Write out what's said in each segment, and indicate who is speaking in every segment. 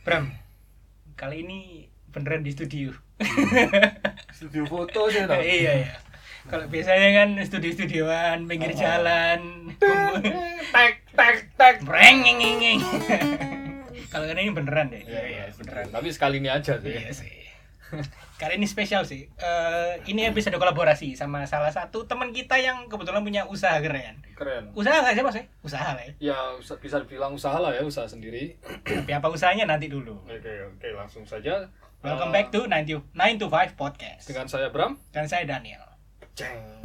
Speaker 1: Bram, kali ini beneran di studio.
Speaker 2: Studio foto sih tau.
Speaker 1: Iya. Kalau biasanya kan studio-studioan pinggir jalan.
Speaker 2: Tek.
Speaker 1: Brengeng. Kalau kali ini beneran deh.
Speaker 2: Iya,
Speaker 1: beneran.
Speaker 2: Tapi sekali ini aja sih.
Speaker 1: Iya sih. Kali ini spesial sih. Ini episode kolaborasi sama salah satu teman kita yang kebetulan punya usaha keren. Usaha nggak sih mas? Usaha lah ya.
Speaker 2: Ya bisa dibilang usaha lah ya, usaha sendiri.
Speaker 1: Tapi apa usahanya nanti dulu.
Speaker 2: Oke, langsung saja.
Speaker 1: Welcome back to 9 to 5 podcast.
Speaker 2: Dengan saya Bram
Speaker 1: Dan saya Daniel.
Speaker 2: Ceng.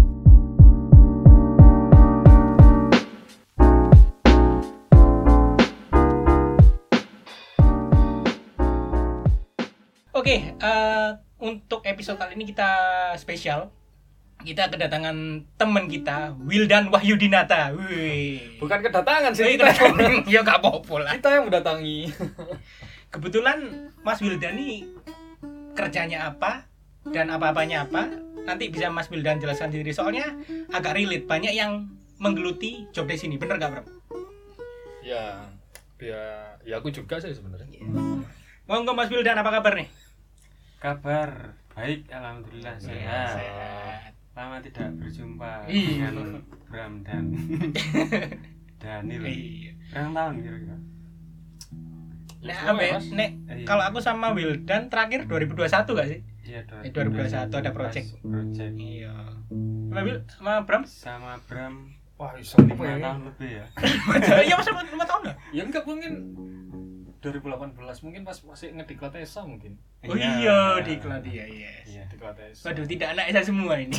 Speaker 1: Oke, untuk episode kali ini kita spesial. Kita kedatangan teman kita, Wildan Wahyudinata. Wih.
Speaker 2: Bukan kedatangan sih
Speaker 1: kita.
Speaker 2: kita.
Speaker 1: Ya gak apa-apa lah.
Speaker 2: Kita yang mendatangi.
Speaker 1: Kebetulan Mas Wildan ini kerjanya apa dan apa-apanya apa. Nanti bisa Mas Wildan jelaskan sendiri. Soalnya agak relate, banyak yang menggeluti job desk ini. Bener gak, Bro?
Speaker 2: Ya aku juga sih sebenarnya.
Speaker 1: Monggo Mas Wildan, apa kabar nih?
Speaker 3: Kabar baik, alhamdulillah sehat.
Speaker 1: Sehat.
Speaker 3: Lama tidak berjumpa
Speaker 1: Iya.
Speaker 3: dengan Bram dan Daniel.
Speaker 1: Iya.
Speaker 3: Berapa tahun kira-kira?
Speaker 1: Nek,
Speaker 3: Iya.
Speaker 1: kalau aku sama Wildan terakhir 2021 gak sih?
Speaker 3: Iya,
Speaker 1: 2021 ada project. Iya. Sama Wil, sama Bram?
Speaker 3: Sama Bram
Speaker 2: Wah, bisa
Speaker 3: 5
Speaker 2: nih
Speaker 3: tahun lebih ya.
Speaker 1: Iya, masa 5 tahun lah.
Speaker 2: Ya enggak mungkin 2018 mungkin pas masih ngediklat ESA mungkin.
Speaker 1: Oh iya, diklat iya.
Speaker 3: Iya.
Speaker 2: Diklat ESA.
Speaker 1: Waduh, tidak anak saya semua ini.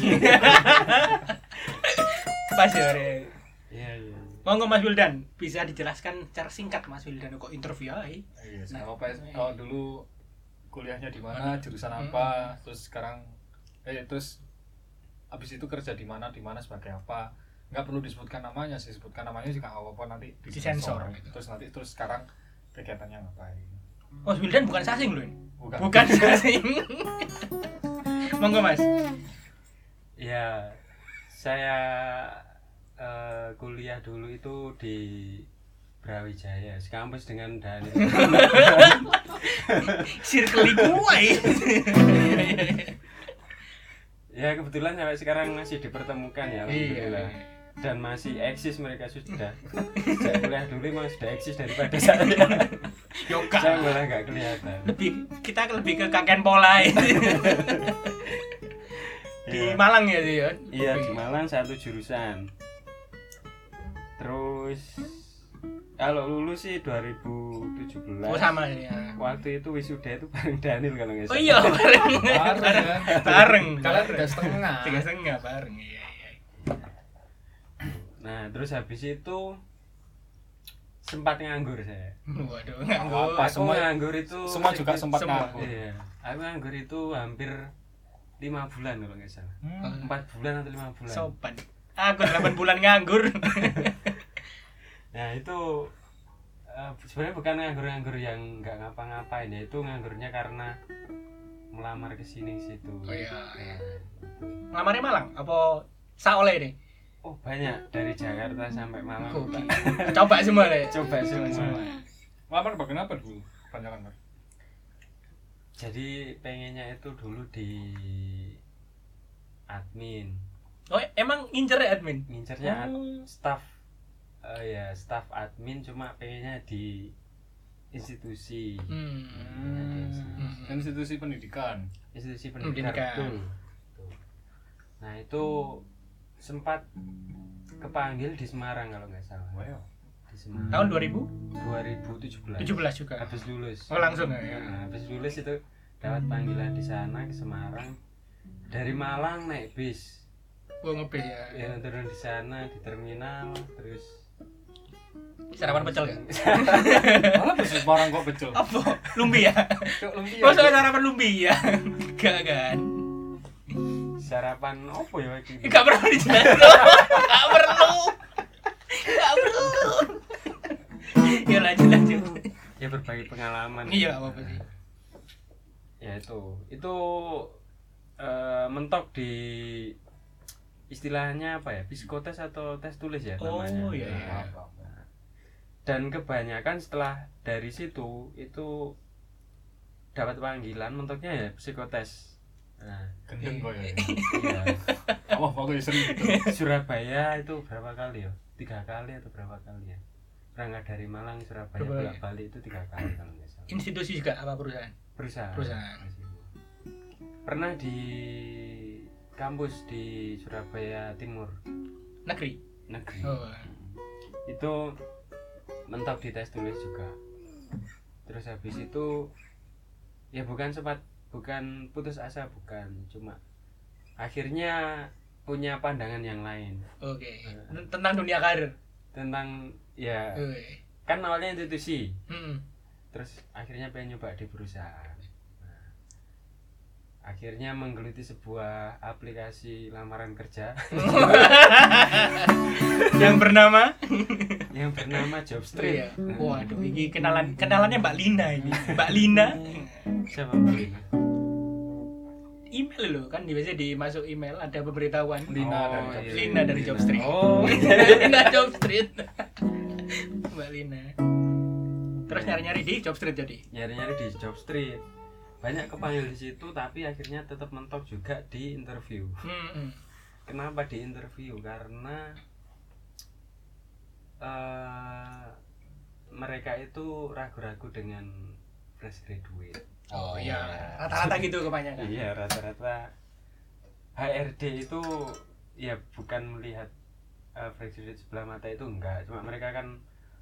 Speaker 1: Pas ya, Re.
Speaker 3: Iya.
Speaker 1: Monggo Mas Wildan, bisa dijelaskan secara singkat Mas Wildan kok interview aja.
Speaker 2: Iya,
Speaker 1: Nah,
Speaker 2: apa ya? Kalau dulu kuliahnya di mana, jurusan apa, terus sekarang terus habis itu kerja di mana sebagai apa. Enggak perlu disebutkan namanya sih, sebutkan namanya juga enggak apa-apa, nanti
Speaker 1: disensor gitu.
Speaker 2: Terus sekarang kegiatannya ngapain.
Speaker 1: Mas Wildan bukan sasing loh ini.
Speaker 2: Bukan
Speaker 1: Sasing. Monggo Mas.
Speaker 3: Ya, saya kuliah dulu itu di Brawijaya, sekampus dengan Daniel.
Speaker 1: Circle kuai.
Speaker 3: Ya kebetulan sampai sekarang masih dipertemukan ya, alhamdulillah.
Speaker 1: Iya.
Speaker 3: Dan masih eksis mereka sudah. Saya kuliah dulu memang sudah eksis daripada saya.
Speaker 1: Yoga.
Speaker 3: Saya malah nggak kelihatan.
Speaker 1: Kita lebih ke kakek pola ini. Di
Speaker 3: Iya.
Speaker 1: Malang ya sih ya.
Speaker 3: Iya, di Malang satu jurusan. Terus kalau lulus sih 2017.
Speaker 1: Oh sama ini ya.
Speaker 3: Waktu itu wisuda itu bareng Daniel kalau nggak
Speaker 1: Oh
Speaker 3: salah.
Speaker 1: iya bareng.
Speaker 2: Kalian 3,5.
Speaker 1: 3,5 bareng iya.
Speaker 3: Nah, terus habis itu sempat nganggur saya.
Speaker 1: Waduh
Speaker 2: Apa,
Speaker 3: Aku
Speaker 2: semua-
Speaker 3: nganggur itu
Speaker 2: Semua juga sempat
Speaker 1: semua.
Speaker 2: nganggur.
Speaker 3: Iya, aku nganggur itu hampir 5 bulan kalau nggak salah. 4 bulan atau 5 bulan.
Speaker 1: Sopan. Aku 8 bulan nganggur.
Speaker 3: Nah itu sebenarnya bukan nganggur yang nggak ngapa-ngapain ya, itu nganggurnya karena melamar ke sini situ.
Speaker 1: Oh iya.
Speaker 3: Nah,
Speaker 1: Ngelamarnya Malang apa Saoleh nih?
Speaker 3: oh banyak dari Jakarta sampai Malang.
Speaker 1: Oke. Coba semua deh.
Speaker 3: Coba semua.
Speaker 2: Lamar bagian apa dulu? Kebanyakan, Mas.
Speaker 3: Jadi pengennya itu dulu di admin,
Speaker 1: Oh emang ngincer ya admin?
Speaker 3: ngincernya staff staff admin, cuma pengennya di institusi.
Speaker 2: Institusi pendidikan.
Speaker 3: Institusi
Speaker 1: Pendidikan.
Speaker 3: pendidikan. Betul. Nah itu sempat kepanggil di Semarang kalau nggak salah.
Speaker 2: Wow.
Speaker 3: Di Semarang.
Speaker 1: Tahun
Speaker 3: 2017.
Speaker 1: 2017 juga.
Speaker 3: Habis lulus.
Speaker 1: Oh langsung ya.
Speaker 3: Nah, habis lulus itu dapat panggilan di sana ke Semarang. Dari Malang naik bis.
Speaker 1: Gua ngebis ya.
Speaker 3: Ya turun di sana di terminal, terus
Speaker 1: Sarapan pecel kan?
Speaker 2: Malah bis Semarang kok pecel.
Speaker 1: Apa? Lumbi ya?
Speaker 2: Kok lumpia.
Speaker 1: Masa sarapan lumbi ya? Enggak kan?
Speaker 3: sarapan apa ya iki?
Speaker 1: Enggak perlu dijelasin. Enggak perlu. Ya lanjut.
Speaker 3: Ya berbagi pengalaman.
Speaker 1: Iya apa sih?
Speaker 3: Ya itu mentok di istilahnya apa ya, psikotes atau tes tulis ya namanya.
Speaker 1: Oh iya.
Speaker 3: Nah, Dan kebanyakan setelah dari situ itu dapat panggilan mentoknya ya psikotes. Nah,
Speaker 2: gendeng kok ya.
Speaker 3: iya.
Speaker 2: Wah, aku sering gitu.
Speaker 3: Surabaya itu berapa kali ya? 3 kali atau berapa kali ya? Berangkat dari Malang Surabaya bolak-balik itu 3 kali kalau nggak salah.
Speaker 1: Institusi juga apa perusahaan?
Speaker 3: Perusahaan. Pernah di kampus di Surabaya Timur
Speaker 1: Negeri. Oh.
Speaker 3: Itu mentok di tes tulis juga. Terus habis itu ya bukan putus asa, bukan, cuma akhirnya punya pandangan yang lain.
Speaker 1: Oke. Tentang dunia karir.
Speaker 3: Tentang ya kan awalnya institusi. Terus akhirnya pengen nyoba di perusahaan. Nah, akhirnya menggeluti sebuah aplikasi lamaran kerja
Speaker 1: yang bernama
Speaker 3: Jobstreet.
Speaker 1: Iya. Waduh, ini kenalannya Mbak Lina ini. Mbak Lina.
Speaker 3: Siapa Mbak Lina?
Speaker 1: Email loh kan biasanya dimasuk email ada pemberitahuan
Speaker 2: Lina
Speaker 1: dari Jobstreet.
Speaker 3: Oh,
Speaker 1: Lina Jobstreet. Mbak Lina. Terus nyari-nyari di Jobstreet jadi.
Speaker 3: Nyari-nyari di Jobstreet. Banyak kepanggil di situ tapi akhirnya tetap mentok juga di interview. Kenapa di interview? Karena mereka itu ragu-ragu dengan fresh graduate.
Speaker 1: Oh iya, rata-rata gitu kebanyakan.
Speaker 3: Iya, rata-rata HRD itu ya bukan melihat fresh graduate sebelah mata itu enggak, cuma mereka kan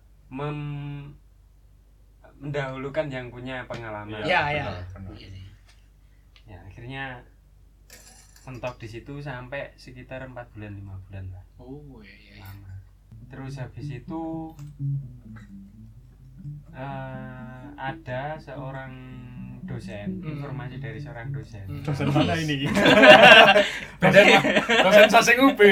Speaker 3: mendahulukan yang punya pengalaman.
Speaker 1: Iya.
Speaker 3: Ya, akhirnya mentok di situ sampai sekitar 4 bulan 5 bulan lah.
Speaker 1: Oh iya.
Speaker 3: Lama. Terus habis itu ada seorang dosen, informasi dari seorang dosen.
Speaker 2: Dosen mana ini? Dosen sasing UB.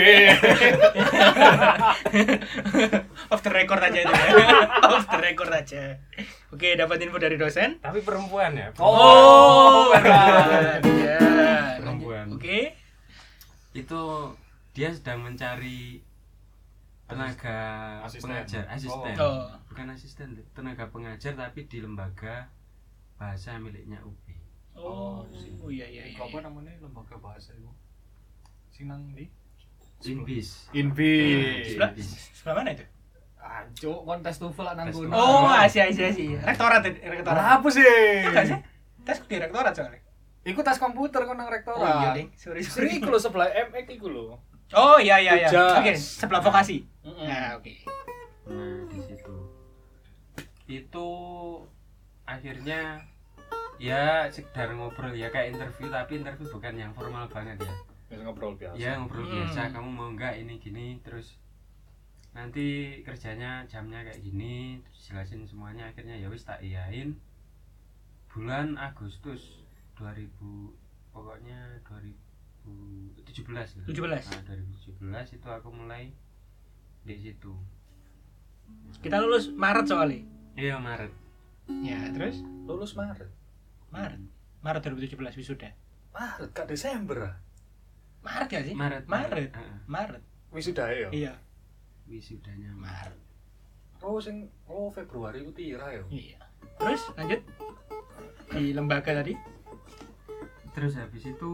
Speaker 1: Off the record aja itu. Off the record aja. Oke, dapat info dari dosen.
Speaker 3: Tapi perempuan ya.
Speaker 1: Oh, iya.
Speaker 3: Perempuan.
Speaker 1: Oke.
Speaker 3: Itu dia sedang mencari tenaga pengajar, asisten.
Speaker 1: Oh.
Speaker 3: Bukan asisten, tenaga pengajar tapi di lembaga bahasa miliknya UB.
Speaker 1: Oh, iya.
Speaker 2: Apa namanya lembaga bahasa itu? Sinang di
Speaker 3: Inbis.
Speaker 1: Sebelah mana itu?
Speaker 2: Cuk, kontes TOEFL nang kono.
Speaker 1: Oh, Asia. Rektorat.
Speaker 2: Apa sih?
Speaker 1: Enggak sih? Tes di rektorat soalnya.
Speaker 2: Iku tas komputer kok nang rektorat.
Speaker 1: Oh iya, Ding. Sorry.
Speaker 2: Iku lho sebelah MX iku lho.
Speaker 1: Oh iya.
Speaker 2: Ujas.
Speaker 1: Oke, sebelah vokasi. Nah, oke.
Speaker 3: Nah, di situ. Itu akhirnya ya sekedar ngobrol ya kayak interview, tapi interview bukan yang formal banget ya.
Speaker 2: Biasa ngobrol biasa.
Speaker 3: Ya ngobrol biasa, kamu mau nggak ini gini, terus nanti kerjanya jamnya kayak gini, terus jelasin semuanya. Akhirnya ya wis tak iyain. Bulan Agustus 2000 pokoknya 2017 lah.
Speaker 1: 17.
Speaker 3: Nah, 2017 itu aku mulai di situ.
Speaker 1: Kita lulus Maret soalnya.
Speaker 3: Iya, Maret.
Speaker 1: Ya, terus
Speaker 2: Lulus Maret
Speaker 1: 2017 wisuda.
Speaker 2: Maret kak Desember ah.
Speaker 1: Maret gak sih?
Speaker 3: Maret.
Speaker 1: Maret.
Speaker 2: Wisuda ya?
Speaker 1: Iya.
Speaker 3: Wisudanya
Speaker 1: Maret.
Speaker 2: Februari itu tira ya.
Speaker 1: Iya. Terus lanjut di lembaga tadi.
Speaker 3: Terus habis itu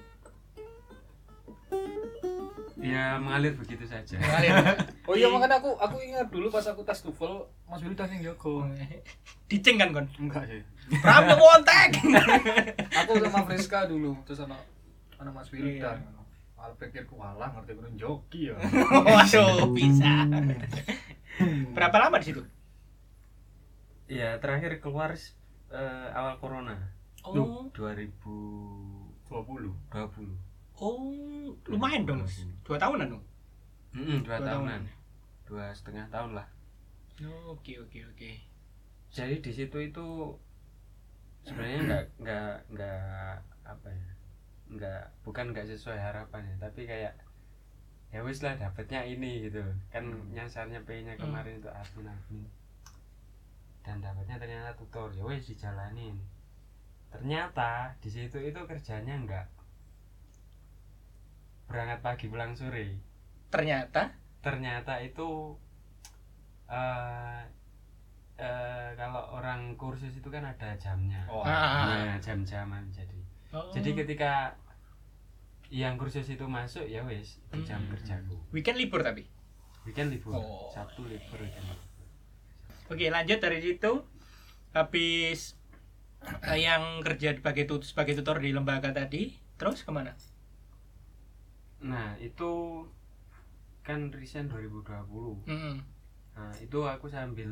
Speaker 3: ya mengalir begitu saja.
Speaker 2: Oh iya, makanya aku ingat dulu pas aku tes TOEFL Mas Willy tas yang jago.
Speaker 1: Diceng kan kon?
Speaker 2: Enggak sih.
Speaker 1: Pramnya wontek.
Speaker 2: Aku sama Friska dulu, terus ana Mas Willy
Speaker 1: Iya.
Speaker 2: dan malah pikirku walah ngerti kurang joki ya.
Speaker 1: Waduh, bisa. Berapa lama di situ?
Speaker 3: Ya terakhir keluar awal corona.
Speaker 1: Oh.
Speaker 2: 20.
Speaker 1: Oh, lumayan dong. 2 tahunan dong.
Speaker 3: 2 tahunan. 2,5 tahun lah.
Speaker 1: Oke.
Speaker 3: Jadi di situ itu sebenarnya nggak apa ya, bukan nggak sesuai harapan ya, tapi kayak ya wis lah dapetnya ini gitu kan, nyasarnya pengennya kemarin itu admin dan dapatnya ternyata tutor, ya wis dijalanin. Ternyata di situ itu kerjanya nggak berangkat pagi pulang sore. Ternyata itu kalau orang kursus itu kan ada jamnya.
Speaker 2: Oh.
Speaker 3: Nah, jam-jaman jadi.
Speaker 1: Oh.
Speaker 3: Jadi ketika yang kursus itu masuk ya wes itu jam kerjaku.
Speaker 1: Weekend libur tapi.
Speaker 3: Weekend libur.
Speaker 1: Oh.
Speaker 3: Sabtu libur weekend.
Speaker 1: Oke, lanjut dari situ. Habis yang kerja sebagai tutor di lembaga tadi, terus kemana?
Speaker 3: Nah, itu kan resign 2020. Nah, itu aku sambil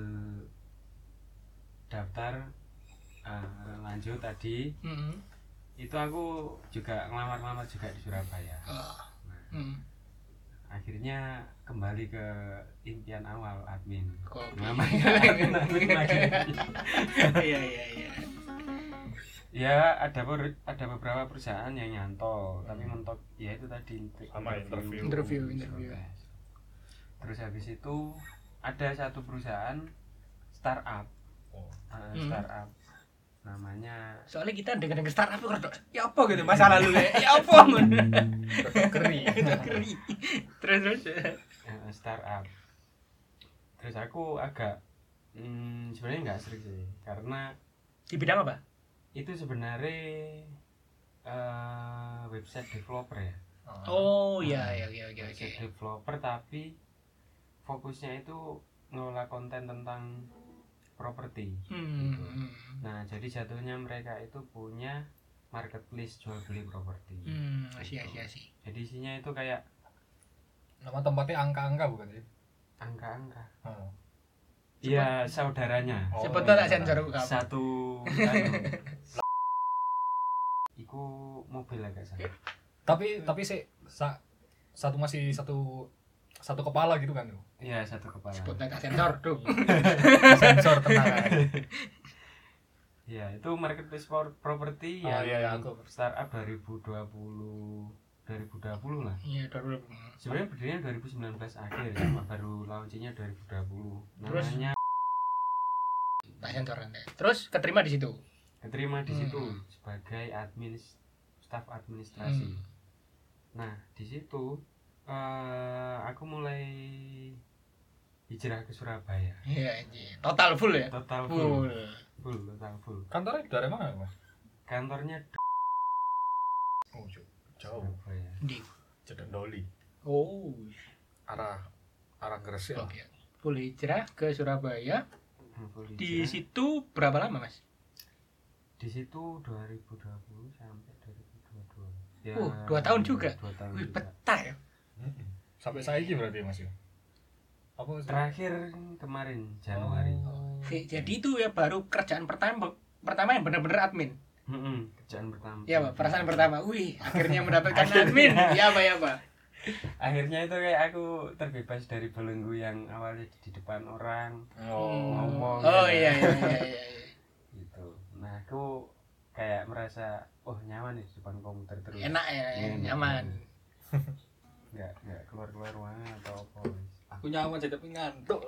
Speaker 3: daftar lanjut tadi. Itu aku juga ngelamar-ngelamar juga di Surabaya. Nah, akhirnya kembali ke impian awal admin. Admin lagi.
Speaker 1: Iya.
Speaker 3: Ya ada beberapa perusahaan yang nyantol, tapi mentok ya itu tadi
Speaker 2: Sama
Speaker 1: interview.
Speaker 3: Terus habis itu ada satu perusahaan startup. Startup namanya.
Speaker 1: Soalnya kita dengan startup kok ya apa gitu masa lalu ya apa mun.
Speaker 2: Keri.
Speaker 1: Terus
Speaker 3: Startup. Terus aku agak sebenarnya nggak sering sih karena
Speaker 1: di bidang apa?
Speaker 3: itu sebenarnya website developer ya.
Speaker 1: Oh iya.
Speaker 3: Website developer tapi fokusnya itu ngelola konten tentang properti. Gitu. Nah jadi jatuhnya mereka itu punya marketplace jual beli properti.
Speaker 1: Sih.
Speaker 3: Jadi isinya itu kayak
Speaker 2: Nama tempatnya angka-angka bukan sih?
Speaker 3: angka-angka.
Speaker 2: Oh.
Speaker 3: Iya saudaranya.
Speaker 2: Oh,
Speaker 1: Sebetulnya tak
Speaker 2: iya.
Speaker 1: sensor kamu.
Speaker 3: Satu iku mobil agak salah.
Speaker 2: Tapi sih satu kepala gitu kan tuh.
Speaker 3: Iya satu kepala.
Speaker 1: Sebetulnya tak sensor tuh.
Speaker 2: Sensor tenang.
Speaker 3: Ya itu marketplace properti
Speaker 2: Oh,
Speaker 3: yang
Speaker 2: iya, aku.
Speaker 3: startup 2020 lah.
Speaker 1: Iya, dulu.
Speaker 3: Sebenarnya berdirinya 2019 akhir cuma baru launchingnya 2020.
Speaker 1: Terus?
Speaker 3: Namanya
Speaker 1: Tak sensor Anda. Terus keterima di situ.
Speaker 3: keterima di situ sebagai staf administrasi. Nah di situ aku mulai hijrah ke Surabaya.
Speaker 1: Iya, total full ya.
Speaker 3: Total
Speaker 1: Full.
Speaker 3: full.
Speaker 2: Kantornya dari mana, Mas?
Speaker 3: Kantornya
Speaker 2: Oh, jauh.
Speaker 3: Surabaya.
Speaker 1: Di.
Speaker 2: Jedendoli.
Speaker 1: Oh.
Speaker 2: Arah Gresik.
Speaker 1: Oke. Full hijrah ke Surabaya.
Speaker 3: Full
Speaker 1: Di
Speaker 3: hijrah.
Speaker 1: situ berapa lama, Mas?
Speaker 3: Di situ 2020 sampai 2022. Ya,
Speaker 1: 2 tahun juga.
Speaker 3: 2 tahun
Speaker 1: Wih,
Speaker 3: juga.
Speaker 1: betah ya.
Speaker 2: Sampai saiki berarti Mas ya. Apa sih?
Speaker 3: Terakhir kemarin Januari.
Speaker 1: Jadi itu ya baru kerjaan pertama yang benar-benar admin.
Speaker 3: Kerjaan pertama.
Speaker 1: Ya, Pak, perasaan pertama. Wih, akhirnya mendapatkan admin. Ya, Pak.
Speaker 3: Akhirnya itu kayak aku terbebas dari belenggu yang awalnya di depan orang ngomong.
Speaker 1: Oh
Speaker 3: gitu.
Speaker 1: iya.
Speaker 3: Gitu. Nah, aku kayak merasa nyaman nih di depan komputer terus.
Speaker 1: Enak ya, nyaman.
Speaker 3: Enggak keluar ruangan atau apa.
Speaker 2: Aku nyaman jadi tapi ngantuk.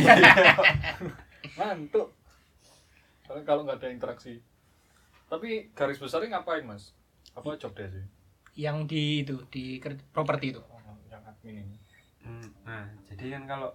Speaker 2: Ngantuk. Kalau nggak ada interaksi. Tapi garis besarnya ngapain, Mas? Apa job desk sih?
Speaker 1: Yang di properti itu.
Speaker 2: Yang admin ini.
Speaker 3: Nah, jadi kan kalau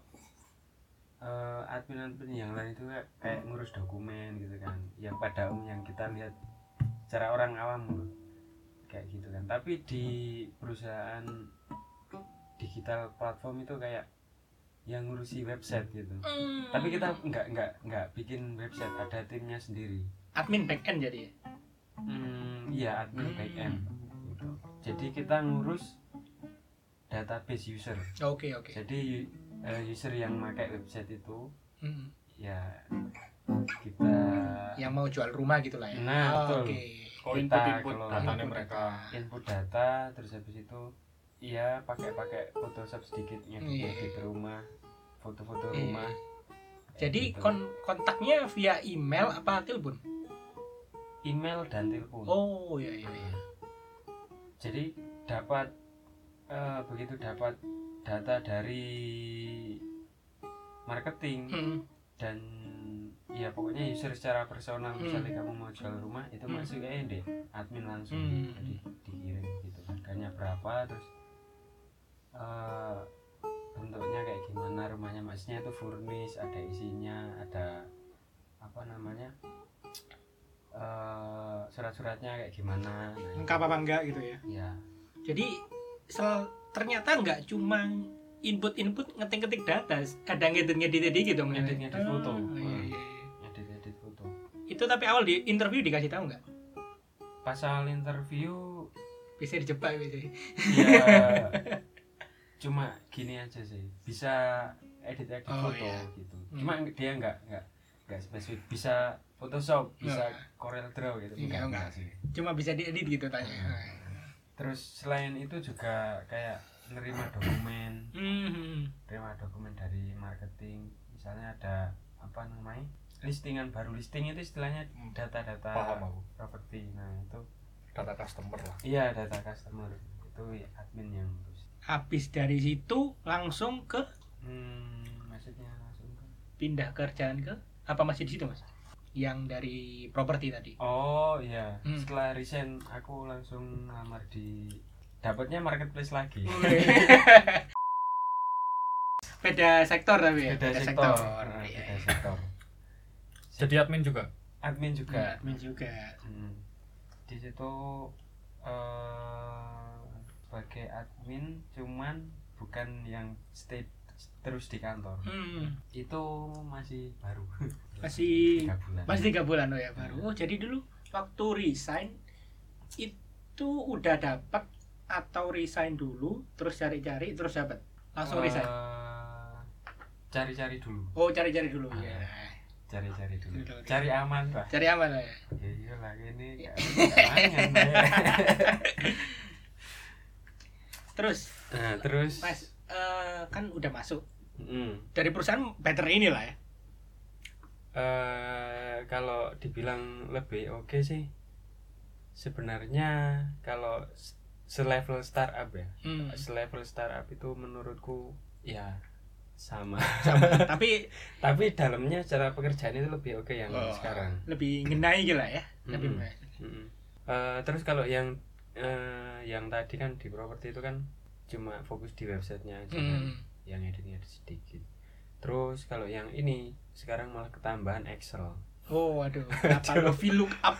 Speaker 3: admin yang lain itu kayak ngurus dokumen gitu kan, yang pada umumnya yang kita lihat secara orang awam kayak gitu kan. Tapi di perusahaan digital platform itu kayak yang ngurusi website gitu. Tapi kita nggak bikin website, ada timnya sendiri.
Speaker 1: Admin back end jadi ya.
Speaker 3: Iya, admin back end gitu. Jadi kita ngurus database user.
Speaker 1: Oke.
Speaker 3: Jadi user yang pakai website itu ya kita
Speaker 1: Yang mau jual rumah gitulah ya.
Speaker 3: Nah, betul.
Speaker 1: Oke.
Speaker 2: Input
Speaker 3: kelola.
Speaker 2: datanya mereka.
Speaker 3: Input data, terus habis itu ya pakai Photoshop sedikitnya di rumah, foto-foto rumah.
Speaker 1: Jadi
Speaker 3: gitu.
Speaker 1: kontaknya via email apa telepon?
Speaker 3: Email dan telepon.
Speaker 1: Oh iya.
Speaker 3: Jadi begitu dapat data dari marketing dan ya pokoknya user secara personal, misalnya kamu mau jual rumah itu masuk ke admin langsung. Jadi dikirim gitu, harganya berapa, terus bentuknya kayak gimana rumahnya, maksudnya itu furnish, ada isinya, ada apa namanya surat-suratnya kayak gimana,
Speaker 1: lengkap apa enggak gitu ya.
Speaker 3: ya.
Speaker 1: Jadi ternyata nggak cuma input ngetik data, ada ngedit gitu dong.
Speaker 3: Ngedit foto.
Speaker 1: Iya.
Speaker 3: Ngedit foto.
Speaker 1: Itu tapi awal di interview dikasih tahu nggak?
Speaker 3: Pas awal interview
Speaker 1: Bisa dijebak gitu.
Speaker 3: ya cuma gini aja sih, bisa edit foto
Speaker 1: iya.
Speaker 3: gitu. Cuma dia nggak spesifik, bisa Photoshop, bisa Corel Draw gitu.
Speaker 1: Enggak
Speaker 3: sih.
Speaker 1: Cuma bisa diedit gitu tanya.
Speaker 3: Terus selain itu juga kayak nerima dokumen, terima dokumen dari marketing. Misalnya ada apa namanya listingan baru, listing itu istilahnya data-data
Speaker 2: Paham aku.
Speaker 3: properti. Nah itu
Speaker 2: Data customer lah.
Speaker 3: iya, data customer itu admin yang ngurus.
Speaker 1: Habis dari situ langsung ke
Speaker 3: Maksudnya langsung ke
Speaker 1: pindah kerjaan ke apa masih di situ Mas? Yang dari properti tadi.
Speaker 3: oh iya, setelah resign aku langsung ngelamar di dapatnya marketplace lagi.
Speaker 1: Beda sektor tapi ya.
Speaker 3: Beda sektor.
Speaker 1: Iya.
Speaker 3: Beda sektor.
Speaker 2: Jadi admin juga.
Speaker 3: Admin juga.
Speaker 1: Admin juga.
Speaker 3: Di situ sebagai admin cuman bukan yang stay terus di kantor. Itu masih baru.
Speaker 1: Masih
Speaker 3: 3 bulan.
Speaker 1: Masih 3 bulan oh ya baru. Oh, jadi dulu waktu resign itu udah dapat atau resign dulu terus cari-cari terus dapat. Langsung resign.
Speaker 3: Cari-cari dulu.
Speaker 1: Oh, cari-cari dulu. Ya.
Speaker 3: Cari-cari dulu.
Speaker 1: Betul.
Speaker 3: Cari aman, Pak.
Speaker 1: Cari aman lah ya.
Speaker 3: Ya iyalah ini
Speaker 1: Ya.
Speaker 3: terus
Speaker 1: Mas kan udah masuk
Speaker 3: Mm.
Speaker 1: dari perusahaan better inilah ya.
Speaker 3: Kalau dibilang lebih oke sih sebenarnya kalau selevel startup ya, selevel startup itu menurutku ya sama.
Speaker 1: tapi
Speaker 3: dalamnya cara pekerjaan itu lebih oke yang sekarang,
Speaker 1: lebih ngenai gila ya. Lebih
Speaker 3: terus kalau yang tadi kan di properti itu kan cuma fokus di websitenya aja kan, yang editnya sedikit. Terus kalau yang ini sekarang malah ketambahan Excel.
Speaker 1: Oh aduh, apa lo VLOOKUP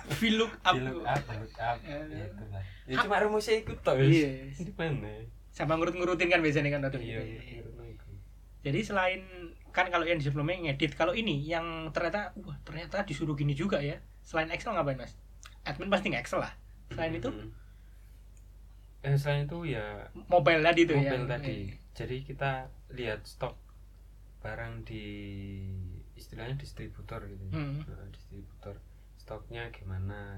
Speaker 3: Ya itulah. Ya cuma rumusnya ikut toh.
Speaker 1: Iya.
Speaker 3: Di mana?
Speaker 1: Sama ngurut-ngurutin kan biasanya kan.
Speaker 3: Iya.
Speaker 1: Jadi selain kan kalau yang sebelumnya ngedit, kalau ini yang ternyata disuruh gini juga ya. Selain Excel ngapain Mas? Admin pasti nge-Excel lah. Selain itu?
Speaker 3: Selain itu ya
Speaker 1: Mobile tadi tuh ya.
Speaker 3: Mobile tadi. Jadi kita lihat stok barang di istilahnya distributor gitu. Distributor stoknya gimana.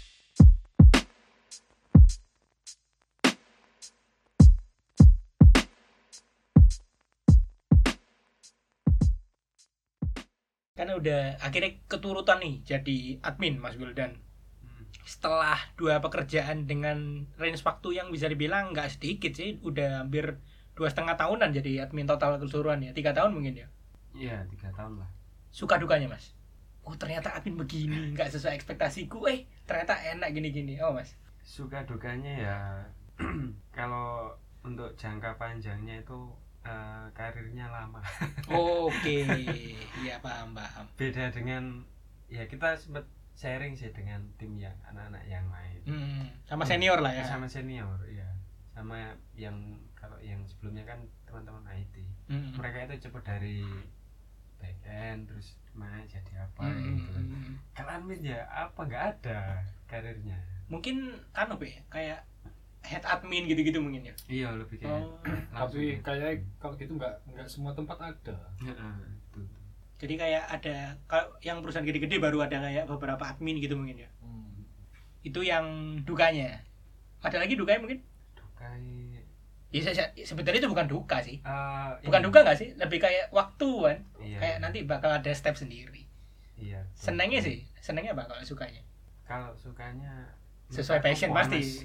Speaker 1: Karena udah akhirnya keturutan nih jadi admin Mas Wildan. Setelah 2 pekerjaan dengan range waktu yang bisa dibilang nggak sedikit sih, udah hampir 2,5 tahunan jadi admin total keseluruhan ya, 3 tahun mungkin ya.
Speaker 3: Iya 3 tahun lah.
Speaker 1: Suka dukanya Mas? Oh ternyata admin begini, nggak sesuai ekspektasiku. Ternyata enak gini-gini. Oh Mas.
Speaker 3: Suka dukanya ya kalau untuk jangka panjangnya itu karirnya lama.
Speaker 1: Oke, iya paham.
Speaker 3: Beda dengan ya kita sempat sharing sih dengan tim yang anak-anak yang lain.
Speaker 1: Sama senior lah ya.
Speaker 3: Sama senior, iya. Sama yang kalau yang sebelumnya kan teman-teman IT. Mereka itu cepat dari back end terus mana jadi apa gitu. Kalau admin ya apa nggak ada karirnya.
Speaker 1: Mungkin kan apa ya? Kayak head admin gitu-gitu mungkin ya.
Speaker 3: Iya lebih kayak.
Speaker 2: Tapi kayak kalau gitu nggak semua tempat ada.
Speaker 3: Itu.
Speaker 1: Jadi kayak ada kalau yang perusahaan gede-gede baru ada kayak beberapa admin gitu mungkin ya. Itu yang dukanya. Ada lagi dukanya mungkin?
Speaker 3: Dukanya.
Speaker 1: Ya sebetulnya itu bukan duka sih. Bukan
Speaker 3: Iya.
Speaker 1: duka nggak sih? Lebih kayak waktu kan.
Speaker 3: Iya.
Speaker 1: Kayak nanti bakal ada step sendiri.
Speaker 3: Iya.
Speaker 1: Senengnya sih. Senengnya apa kalau sukanya?
Speaker 3: Kalau sukanya
Speaker 1: Sesuai passion pasti.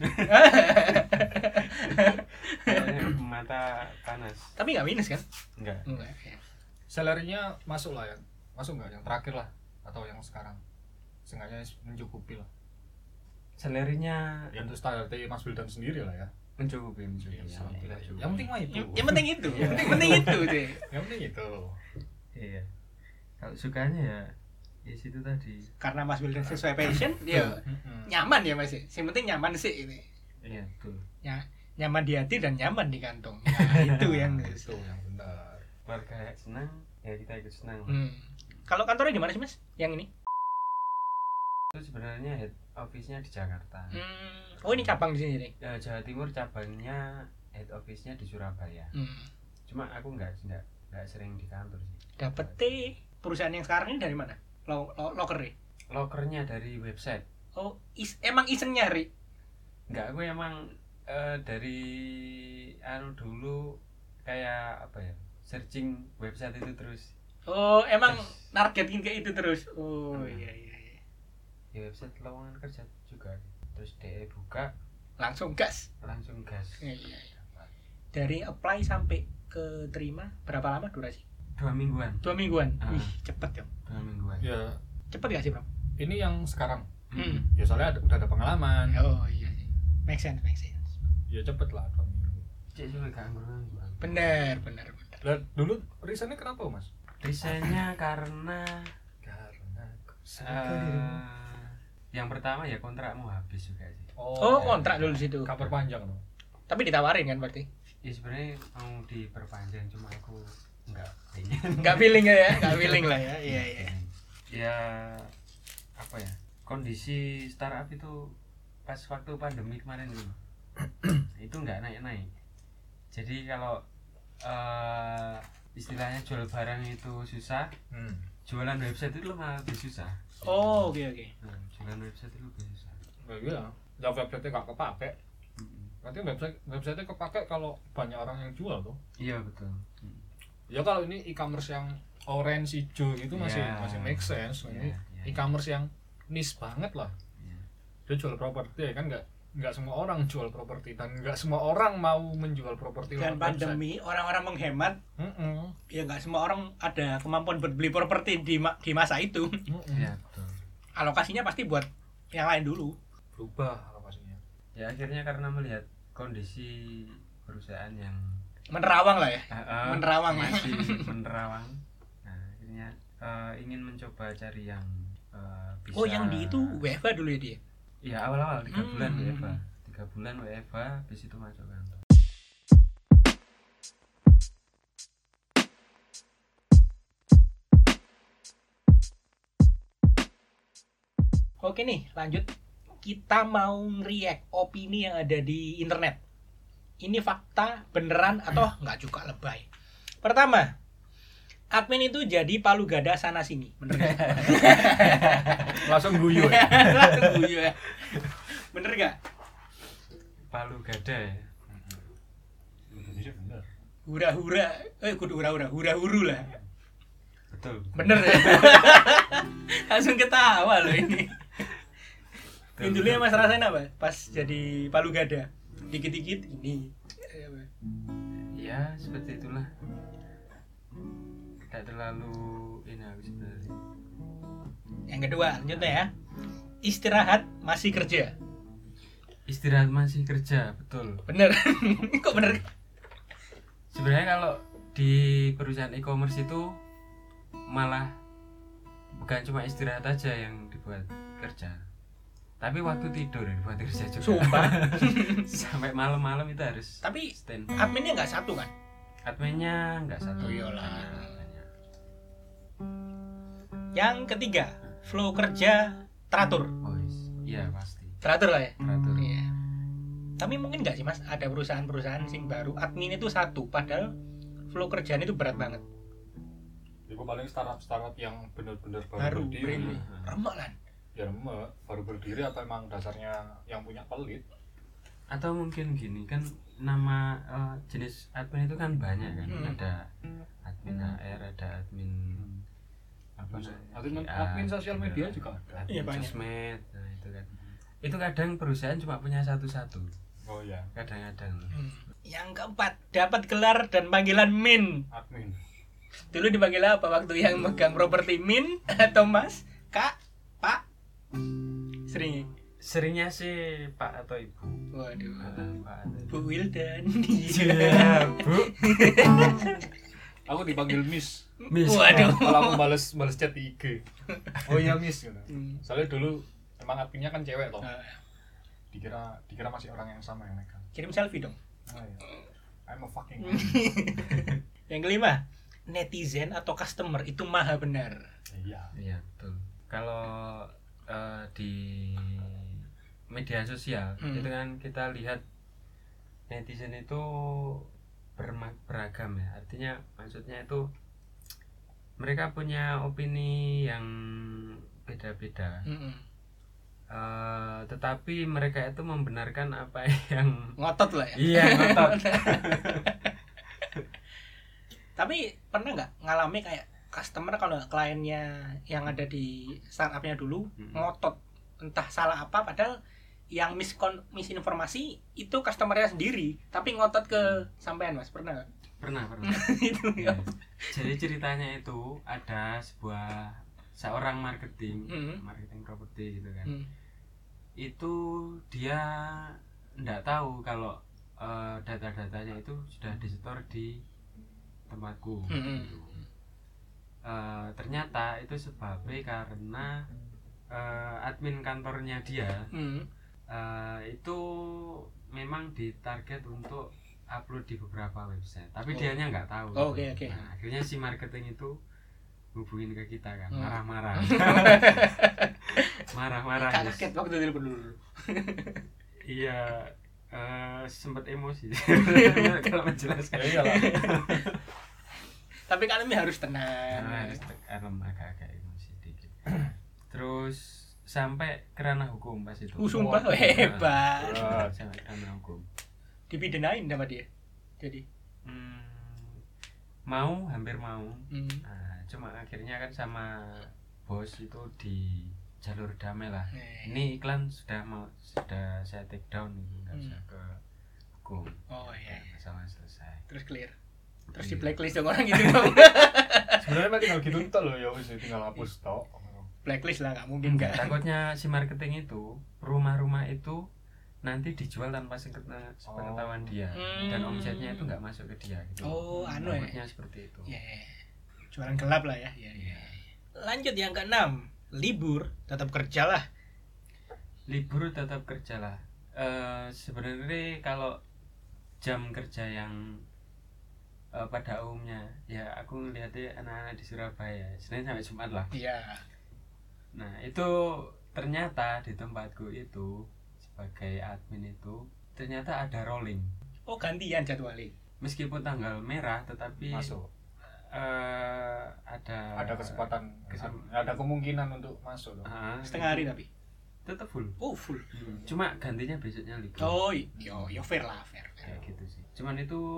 Speaker 3: Mata panas.
Speaker 1: Tapi nggak minus kan?
Speaker 3: Enggak.
Speaker 1: Ya.
Speaker 2: Salary-nya masuk lah ya. Masuk nggak yang terakhir lah atau yang sekarang? Seenggaknya mencukupi lah.
Speaker 3: Salary-nya
Speaker 2: Ya untuk standar Mas Wildan sendiri lah ya.
Speaker 3: mencukupi.
Speaker 2: Yang penting mah itu.
Speaker 1: Yang penting itu. Yang penting itu sih.
Speaker 2: Yang penting itu.
Speaker 3: Iya. Kalau sukanya ya Ya situ tadi.
Speaker 1: Karena Mas Wildan sesuai passion, ya nyaman ya Mas. Yang penting nyaman sih ini.
Speaker 3: Iya, betul.
Speaker 1: Ya, nyaman di hati dan nyaman di kantong. Nah, itu yang
Speaker 2: Itu yang benar.
Speaker 3: Keluarga senang, ya kita ikut senang.
Speaker 1: Kalau kantornya di mana sih Mas? Yang ini?
Speaker 3: Itu sebenarnya head office-nya di Jakarta.
Speaker 1: Oh ini cabang di sini nih.
Speaker 3: Jawa Timur cabangnya head office-nya di Surabaya. Cuma aku nggak sering di kantor sih.
Speaker 1: Dapet perusahaan yang sekarang ini dari mana? Loker ya?
Speaker 3: Lokernya dari website.
Speaker 1: Oh, emang iseng nyari?
Speaker 3: Nggak, aku emang dari dulu kayak apa ya, searching website itu terus.
Speaker 1: Oh, emang nargetin kayak itu terus. Oh iya.
Speaker 3: Di website lowongan kerja juga. Terus DE buka,
Speaker 1: langsung gas. Iya. Dari apply sampai ke terima berapa lama durasi?
Speaker 3: 2 mingguan.
Speaker 1: 2 mingguan. Ih, cepet ya.
Speaker 3: 2 mingguan.
Speaker 2: Ya,
Speaker 1: Cepet gak sih, Bro?
Speaker 2: ini yang sekarang. Ya soalnya udah ada pengalaman.
Speaker 1: Oh iya sih. Make sense.
Speaker 2: Ya cepet lah 2 minggu.
Speaker 3: Cek juga gak nganggur.
Speaker 1: Bener.
Speaker 2: Lah dulu risetnya kenapa, Mas?
Speaker 3: Risetnya karena
Speaker 2: aku
Speaker 3: yang pertama ya kontrak mau habis juga sih.
Speaker 1: Oh, kontrak dulu situ.
Speaker 2: Kabar panjang loh.
Speaker 1: Tapi ditawarin kan berarti?
Speaker 3: Ya sebenarnya mau diperpanjang, cuma aku nggak pengen.
Speaker 1: Nggak feeling ya? Nggak feeling lah ya. Iya.
Speaker 3: Ya apa ya, kondisi startup itu pas waktu pandemi kemarin itu nggak naik. Jadi kalau istilahnya jual barang itu susah, jualan website itu malah lebih susah.
Speaker 1: Oh oke.
Speaker 3: Jualan website itu lebih susah.
Speaker 2: Nah, iya, ya website-nya nggak kepake. Nanti website-nya kepake kalau banyak orang yang jual tuh.
Speaker 3: Iya betul.
Speaker 2: Ya kalau ini e-commerce yang orange hijau gitu masih make sense. Ini e-commerce yang niche banget lah. Dia jual properti ya kan, nggak semua orang jual properti dan nggak semua orang mau menjual properti.
Speaker 1: Dan pandemi orang-orang menghemat. Ya nggak semua orang ada kemampuan berbeli properti di masa itu.
Speaker 3: Iya betul.
Speaker 1: Alokasinya pasti buat yang lain dulu.
Speaker 2: Berubah alokasinya.
Speaker 3: Ya akhirnya karena melihat kondisi perusahaan yang
Speaker 1: menerawang lah ya.
Speaker 3: Masih menerawang. Nah akhirnya ingin mencoba cari yang bisa.
Speaker 1: Oh yang di itu WFH dulu ya dia?
Speaker 3: Iya awal-awal 3 bulan WFH. 3 bulan WFH, habis itu masuk kantor.
Speaker 1: Oke nih lanjut. Kita mau react opini yang ada di internet. Ini fakta beneran atau nggak juga lebay. Pertama, admin itu jadi palu gada sana sini, bener nggak?
Speaker 2: Langsung guyu ya.
Speaker 1: Langsung guyu ya. Bener nggak?
Speaker 3: Palu gada ya.
Speaker 2: Indonesia bener.
Speaker 1: Hura-hura, kudu hura-huru lah.
Speaker 3: Betul.
Speaker 1: Bener ya. Langsung ketawa loh ini. Intinya Mas rasain apa? Pas jadi palu gada, dikit-dikit ini.
Speaker 3: Ya seperti itulah. Tidak terlalu ini aku sebenarnya.
Speaker 1: Yang kedua, lanjutnya ya. Istirahat masih kerja.
Speaker 3: Istirahat masih kerja, betul.
Speaker 1: Bener. Kok bener?
Speaker 3: Sebenarnya kalau di perusahaan e-commerce itu malah bukan cuma istirahat aja yang dibuat kerja, tapi waktu tidur dibuat kerja juga.
Speaker 1: Sumpah.
Speaker 3: Sampai malam-malam itu harus.
Speaker 1: Tapi
Speaker 3: stand.
Speaker 1: adminnya nggak satu kan?
Speaker 3: Adminnya nggak satu.
Speaker 1: Iyalah. Yang ketiga, flow kerja teratur.
Speaker 3: Oh iya pasti.
Speaker 1: Teratur lah ya.
Speaker 3: Teratur.
Speaker 1: Iya. Tapi mungkin nggak sih Mas, ada perusahaan-perusahaan sing baru admin itu satu, padahal flow kerjaan itu berat banget.
Speaker 2: Itu paling startup yang benar-benar
Speaker 1: Baru
Speaker 2: berdiri.
Speaker 1: Remek lah.
Speaker 2: Ya remek, baru berdiri atau emang dasarnya yang punya pelit?
Speaker 3: Atau mungkin gini kan, nama jenis admin itu kan banyak kan. Ada admin HR, ada admin apa
Speaker 2: admin sosial media juga ada.
Speaker 3: Admin sosmed, nah itu kan. Itu kadang perusahaan cuma punya satu-satu.
Speaker 2: Oh iya.
Speaker 3: Kadang-kadang.
Speaker 1: Yang keempat, dapat gelar dan panggilan Min.
Speaker 2: Admin.
Speaker 1: Dulu dipanggil apa waktu yang megang properti, Min atau Mas, Kak, Pak?
Speaker 3: Seringnya sih Pak atau Ibu.
Speaker 1: Waduh.
Speaker 3: Pak atau Ibu.
Speaker 1: Bu Wildan.
Speaker 3: Iya, Bu.
Speaker 2: Aku dipanggil Miss.
Speaker 3: Miss.
Speaker 1: Waduh.
Speaker 2: Kalau aku bales chat di IG. Oh iya Miss gitu.
Speaker 1: Hmm.
Speaker 2: Soalnya dulu emang adminnya kan cewek toh.
Speaker 1: Nah,
Speaker 2: Dikira masih orang yang sama yang megang.
Speaker 1: kirim selfie dong.
Speaker 2: Oh, iya. I'm a fucking
Speaker 1: Yang kelima, netizen atau customer itu maha benar.
Speaker 2: iya.
Speaker 3: Iya, betul. Kalau di media sosial itu kan kita lihat netizen itu beragam ya. Artinya maksudnya itu mereka punya opini yang beda-beda. Tetapi mereka itu membenarkan apa yang
Speaker 1: Ngotot lah ya.
Speaker 3: iya ngotot.
Speaker 1: Tapi pernah nggak ngalami kayak customer kalau kliennya yang ada di startupnya dulu ngotot entah salah apa, padahal yang misinformasi itu customernya sendiri, tapi ngotot ke sampean Mas, pernah nggak?
Speaker 3: Pernah.
Speaker 1: Itu ya.
Speaker 3: Jadi ceritanya itu ada seorang marketing properti gitu kan. Itu dia nggak tahu kalau data-datanya itu sudah disetor di tempatku gitu. Ternyata itu sebabnya karena admin kantornya dia itu memang ditarget untuk upload di beberapa website, tapi dianya nggak tahu.
Speaker 1: Oke.
Speaker 3: Nah, akhirnya si marketing itu hubungin ke kita kan, marah-marah. Marah-marah.
Speaker 1: Kaget waktu telepon dulu.
Speaker 3: Iya, sempat emosi kalau menjelaskan.
Speaker 2: Ya iyalah.
Speaker 1: Tapi kalian harus tenang.
Speaker 3: Harus kalem, agak emosi dikit. Terus sampai ke ranah hukum pas itu.
Speaker 1: Sumpah hebat.
Speaker 3: Sampai ke ranah hukum.
Speaker 1: Dipidenain sama dia. Jadi
Speaker 3: hampir mau. Nah, cuma akhirnya kan sama bos itu di jalur damai lah. Ini iklan sudah saya take down gitu, nggak usah ke hukum.
Speaker 1: Oh iya.
Speaker 3: Masalah selesai.
Speaker 1: Terus clear. Terus di blacklist dong orang gitu dong.
Speaker 2: Sebenarnya mah tinggal gitu tok loh ya wis tinggal hapus tok.
Speaker 1: Blacklist lah, nggak mungkin kan.
Speaker 3: Takutnya si marketing itu rumah-rumah itu nanti dijual tanpa sepengetahuan dia dan omsetnya itu nggak masuk ke dia gitu. Takutnya seperti itu.
Speaker 1: Iya. Jualan gelap lah ya. Iya. Lanjut yang keenam, libur tetap kerja lah.
Speaker 3: Libur tetap kerja lah. Sebenarnya kalau jam kerja yang pada umumnya ya aku ngelihatnya anak-anak di Surabaya Senin sampai Jumat lah.
Speaker 1: Iya.
Speaker 3: Nah itu ternyata di tempatku itu sebagai admin itu ternyata ada rolling.
Speaker 1: Oh gantian jadwalnya.
Speaker 3: Meskipun tanggal merah tetapi
Speaker 2: Masuk.
Speaker 3: Ada
Speaker 2: kesempatan, ada kemungkinan untuk masuk loh.
Speaker 1: Setengah hari tapi.
Speaker 3: Tetap full.
Speaker 1: Oh full.
Speaker 3: Cuma gantinya besoknya libur.
Speaker 1: Oh yo fair lah fair.
Speaker 3: Kayak gitu sih. Cuman itu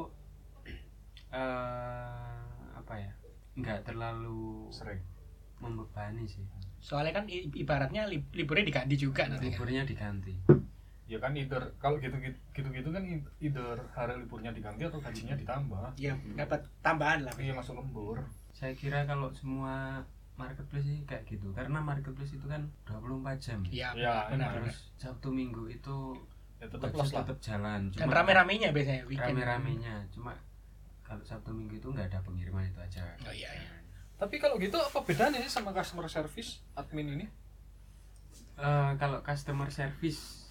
Speaker 3: apa ya? Nggak terlalu
Speaker 2: Sering
Speaker 3: membebani sih.
Speaker 1: Soalnya kan ibaratnya liburnya diganti juga nanti.
Speaker 3: Liburnya diganti.
Speaker 2: Ya kan kalau gitu kan either hari liburnya diganti atau gajinya ditambah.
Speaker 1: Iya, dapat tambahan lah.
Speaker 2: Iya masuk lembur.
Speaker 3: Saya kira kalau semua marketplace sih kayak gitu. Karena marketplace itu kan 24 jam.
Speaker 1: Iya, benar.
Speaker 3: Terus Sabtu Minggu itu
Speaker 2: Ya tetap los lah.
Speaker 3: tetap jalan.
Speaker 1: Dan rame-ramenya biasanya weekend.
Speaker 3: Rame-ramenya. Cuma kalau Sabtu Minggu itu nggak ada pengiriman itu aja.
Speaker 1: Oh iya.
Speaker 2: Tapi kalau gitu apa bedanya sih sama customer service admin ini?
Speaker 3: Kalau customer service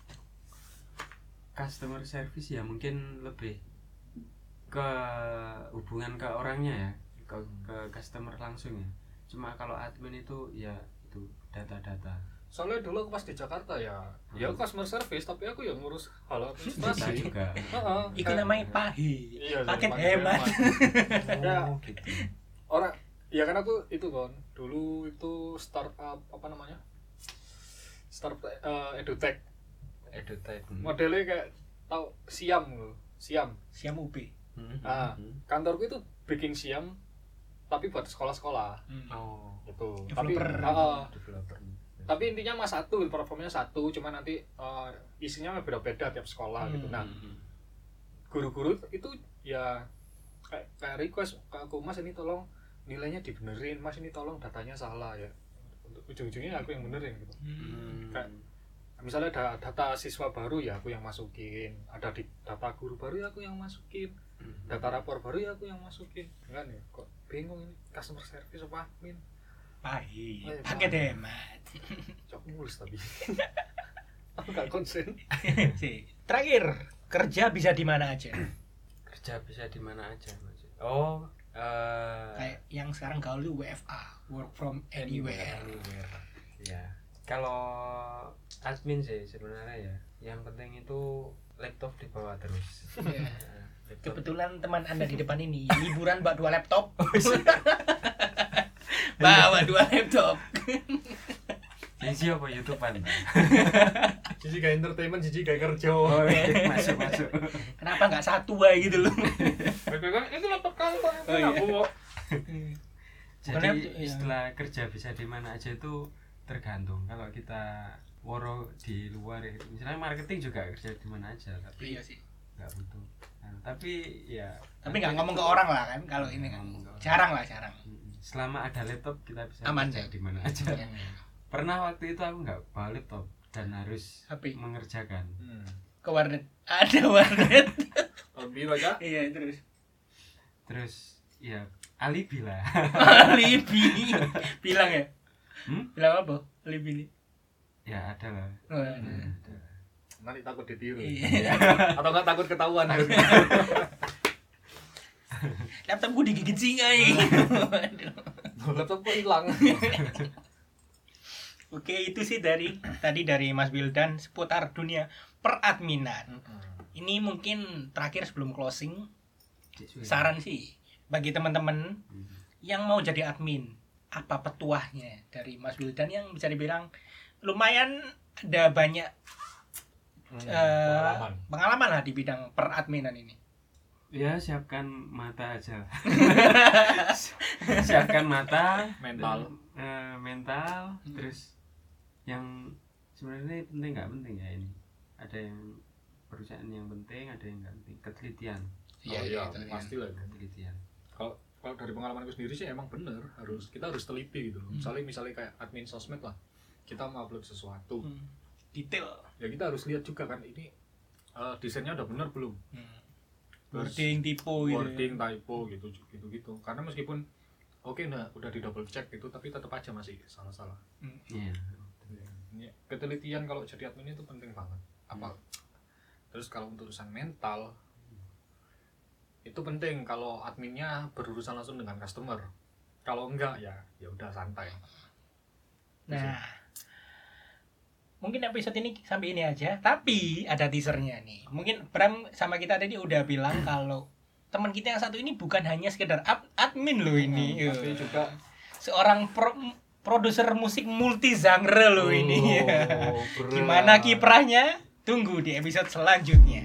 Speaker 3: ya mungkin lebih ke hubungan ke orangnya ya, ke customer langsung ya. Cuma kalau admin itu ya itu data-data.
Speaker 2: Soalnya dulu aku pas di Jakarta ya customer service tapi aku yang ngurus hal
Speaker 3: Bisa
Speaker 2: administrasi.
Speaker 3: juga.
Speaker 1: Itu namanya pahi.
Speaker 2: Iya,
Speaker 1: Paket
Speaker 2: paket
Speaker 1: hemat.
Speaker 2: Ya,
Speaker 3: gitu.
Speaker 2: orang ya kan aku itu kan dulu itu startup apa namanya? Startup edutech. Modelnya kayak tahu Siam loh. Siam
Speaker 1: UP.
Speaker 2: Kantorku itu bikin Siam tapi buat sekolah-sekolah.
Speaker 3: Oh,
Speaker 2: Itu.
Speaker 1: Developer.
Speaker 3: developer.
Speaker 2: Tapi intinya mah satu, platformnya satu, cuma nanti isinya beda-beda tiap sekolah gitu. Nah, guru-guru itu ya kayak request ke aku, Mas ini tolong nilainya dibenerin, Mas ini tolong datanya salah ya. Untuk ujung-ujungnya aku yang benerin gitu. Kayak misalnya ada data siswa baru ya aku yang masukin, ada di data guru baru ya aku yang masukin, data rapor baru ya aku yang masukin. Kan ya kok bingung ini customer service apa admin.
Speaker 1: Pahit, pakai demat.
Speaker 2: Cok mulus tapi. Aku gak konsen.
Speaker 1: Si, terakhir, kerja bisa di mana aja?
Speaker 3: Kerja bisa di mana aja Mas. Oh,
Speaker 1: Kayak yang sekarang gaul itu WFA, work from anywhere.
Speaker 3: Ya. Kalau admin sih sebenarnya ya, yang penting itu laptop dibawa terus.
Speaker 1: Iya.
Speaker 3: Laptop.
Speaker 1: Kebetulan teman Anda di depan ini liburan bawa 2 laptop. Bawa 2 laptop.
Speaker 3: Jadi apa YouTube-an?
Speaker 2: Cici kayak entertainment, cici kayak kerja.
Speaker 3: Oh, masuk.
Speaker 1: Kenapa nggak satu aja gitu loh?
Speaker 2: Kan itu laptop kamu Pak.
Speaker 1: Oh, iya.
Speaker 2: Aku kok.
Speaker 3: Jadi
Speaker 1: Iya.
Speaker 3: istilah kerja bisa di mana aja itu tergantung. Kalau kita woro di luar ya, misalnya marketing juga kerja di mana aja, tapi
Speaker 1: Iya sih.
Speaker 3: nggak butuh. Nah, tapi ya.
Speaker 1: Tapi nggak ngomong ke orang lah kan kalau ini kan.
Speaker 3: Ngomong ke orang.
Speaker 1: Jarang lah, jarang.
Speaker 3: Selama ada laptop kita bisa
Speaker 1: Aman
Speaker 3: kerja
Speaker 1: ya?
Speaker 3: di mana aja. Pernah waktu itu aku nggak bawa laptop dan harus
Speaker 1: HP.
Speaker 3: mengerjakan.
Speaker 1: Ke warnet. Ada warnet.
Speaker 2: Biru aja.
Speaker 1: Iya, terus.
Speaker 3: Terus ya alibi lah.
Speaker 1: Alibi. Bilang ya? Bilang apa? Alibi ini.
Speaker 3: Ya ada lah.
Speaker 1: Oh,
Speaker 3: Ada.
Speaker 2: Nanti takut ditiru.
Speaker 1: iya.
Speaker 2: Atau enggak takut ketahuan.
Speaker 1: Laptop gue digigit singa ini.
Speaker 2: Laptop kok hilang.
Speaker 1: Oke, itu sih tadi dari Mas Wildan seputar dunia peradminan. Ini mungkin terakhir sebelum closing, saran sih bagi teman-teman yang mau jadi admin, apa petuahnya dari Mas Wildan yang bisa dibilang lumayan ada banyak pengalaman lah di bidang peradminan ini.
Speaker 3: Ya siapkan mata aja. Siapkan mata,
Speaker 2: Mental.
Speaker 3: mental, terus yang sebenarnya penting nggak penting ya ini. Ada yang perusahaan yang penting, ada yang nggak penting. Ketelitian.
Speaker 2: Iya, pasti lah.
Speaker 3: Ketelitian.
Speaker 2: Kalau dari pengalamanku sendiri sih emang bener, kita harus teliti gitu. Misalnya kayak admin sosmed lah, kita mau upload sesuatu,
Speaker 1: Detail.
Speaker 2: ya kita harus lihat juga kan ini desainnya udah bener belum,
Speaker 1: Wording, typo gitu.
Speaker 2: wording, typo gitu. Karena meskipun udah di double check gitu, tapi tetap aja masih salah-salah.
Speaker 3: Iya.
Speaker 2: Ini ketelitian kalau jadi admin itu penting banget. Terus kalau untuk urusan mental itu penting kalau adminnya berurusan langsung dengan customer. Kalau enggak ya udah santai.
Speaker 1: Nah, mungkin episode ini sampai ini aja. Tapi ada teasernya nih. Mungkin Bram sama kita tadi udah bilang kalau teman kita yang satu ini bukan hanya sekedar admin loh ini.
Speaker 2: Tapi juga
Speaker 1: Seorang produser musik multi genre loh ini.
Speaker 2: berat.
Speaker 1: Gimana kiprahnya? Tunggu di episode selanjutnya.